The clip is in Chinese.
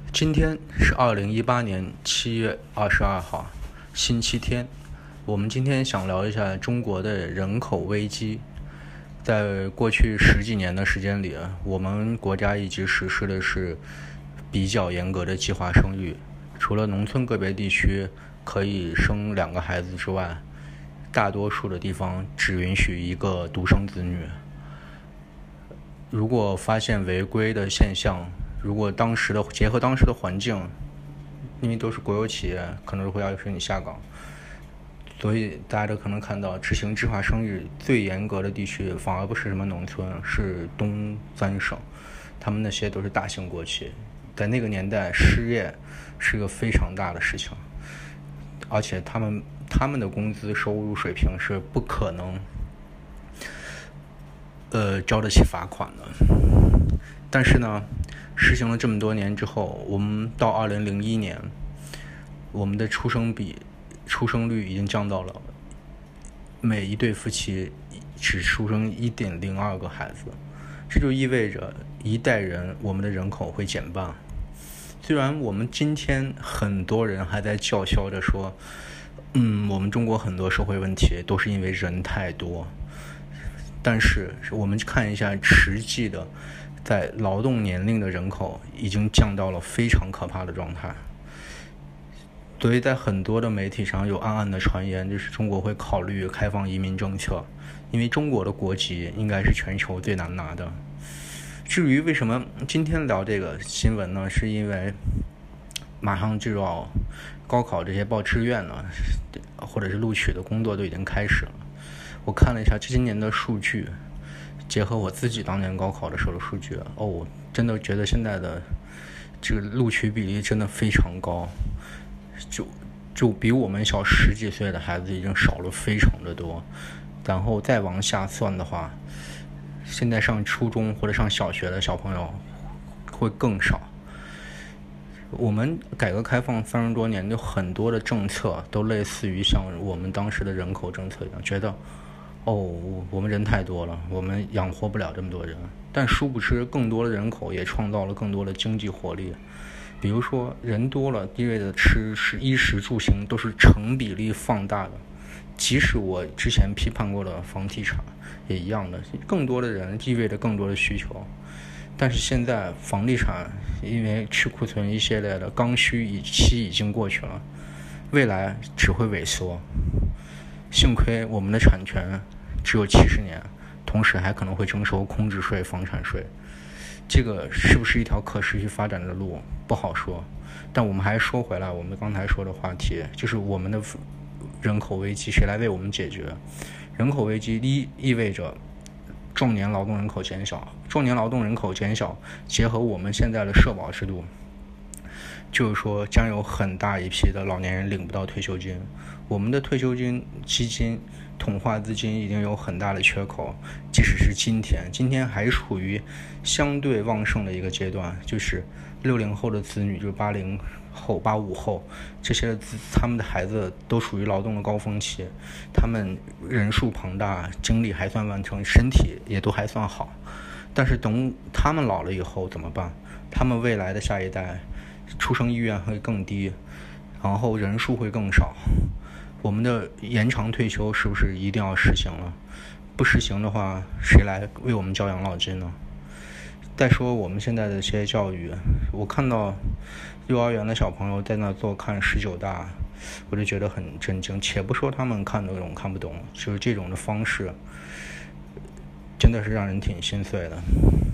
今天是2018年7月22号，星期天。我们今天想聊一下中国的人口危机。在过去10几年的时间里，我们国家一直实施的是比较严格的计划生育。除了农村个别地区可以生2个孩子之外，大多数的地方只允许1个独生子女。如果发现违规的现象，如果结合当时的环境，因为都是国有企业，可能会要求你下岗，所以大家都可能看到，执行计划生育最严格的地区反而不是什么农村，是东3省，他们那些都是大型国企。在那个年代，失业是个非常大的事情，而且他们的工资收入水平是不可能交得起罚款的。但是呢，实行了这么多年之后，我们到2001年，我们的出生率已经降到了每一对夫妻只出生1.02个孩子，这就意味着一代人我们的人口会减半。虽然我们今天很多人还在叫嚣着说，我们中国很多社会问题都是因为人太多，但是我们看一下实际的在劳动年龄的人口已经降到了非常可怕的状态。所以在很多的媒体上有暗暗的传言，就是中国会考虑开放移民政策，因为中国的国籍应该是全球最难拿的。至于为什么今天聊这个新闻呢，是因为马上就要高考，这些报志愿呢或者是录取的工作都已经开始了。我看了一下今年的数据，结合我自己当年高考的时候的数据，真的觉得现在的这个录取比例真的非常高，就比我们小10几岁的孩子已经少了非常的多。然后再往下算的话，现在上初中或者上小学的小朋友会更少。我们改革开放30多年，有很多的政策都类似于像我们当时的人口政策一样，觉得我们人太多了，我们养活不了这么多人。但殊不知，更多的人口也创造了更多的经济活力。比如说，人多了，意味着衣食住行都是成比例放大的。即使我之前批判过的房地产也一样的，更多的人意味着更多的需求。但是现在房地产因为去库存一系列的刚需期已经过去了，未来只会萎缩。幸亏我们的产权只有70年，同时还可能会征收空置税、房产税。这个是不是一条可持续发展的路不好说。但我们还说回来，我们刚才说的话题，就是我们的人口危机谁来为我们解决？人口危机意味着壮年劳动人口减少，结合我们现在的社保制度，就是说将有很大一批的老年人领不到退休金。我们的退休金基金统化资金已经有很大的缺口，即使是今天还处于相对旺盛的一个阶段，就是60后的子女，就是80后、85后，这些他们的孩子都属于劳动的高峰期，他们人数庞大，精力还算完成，身体也都还算好。但是等他们老了以后怎么办？他们未来的下一代出生意愿会更低，然后人数会更少。我们的延长退休是不是一定要实行了？不实行的话，谁来为我们交养老金呢？再说我们现在的这些教育，我看到幼儿园的小朋友在那做看19大，我就觉得很震惊。且不说他们看得懂看不懂，就是这种的方式真的是让人挺心碎的。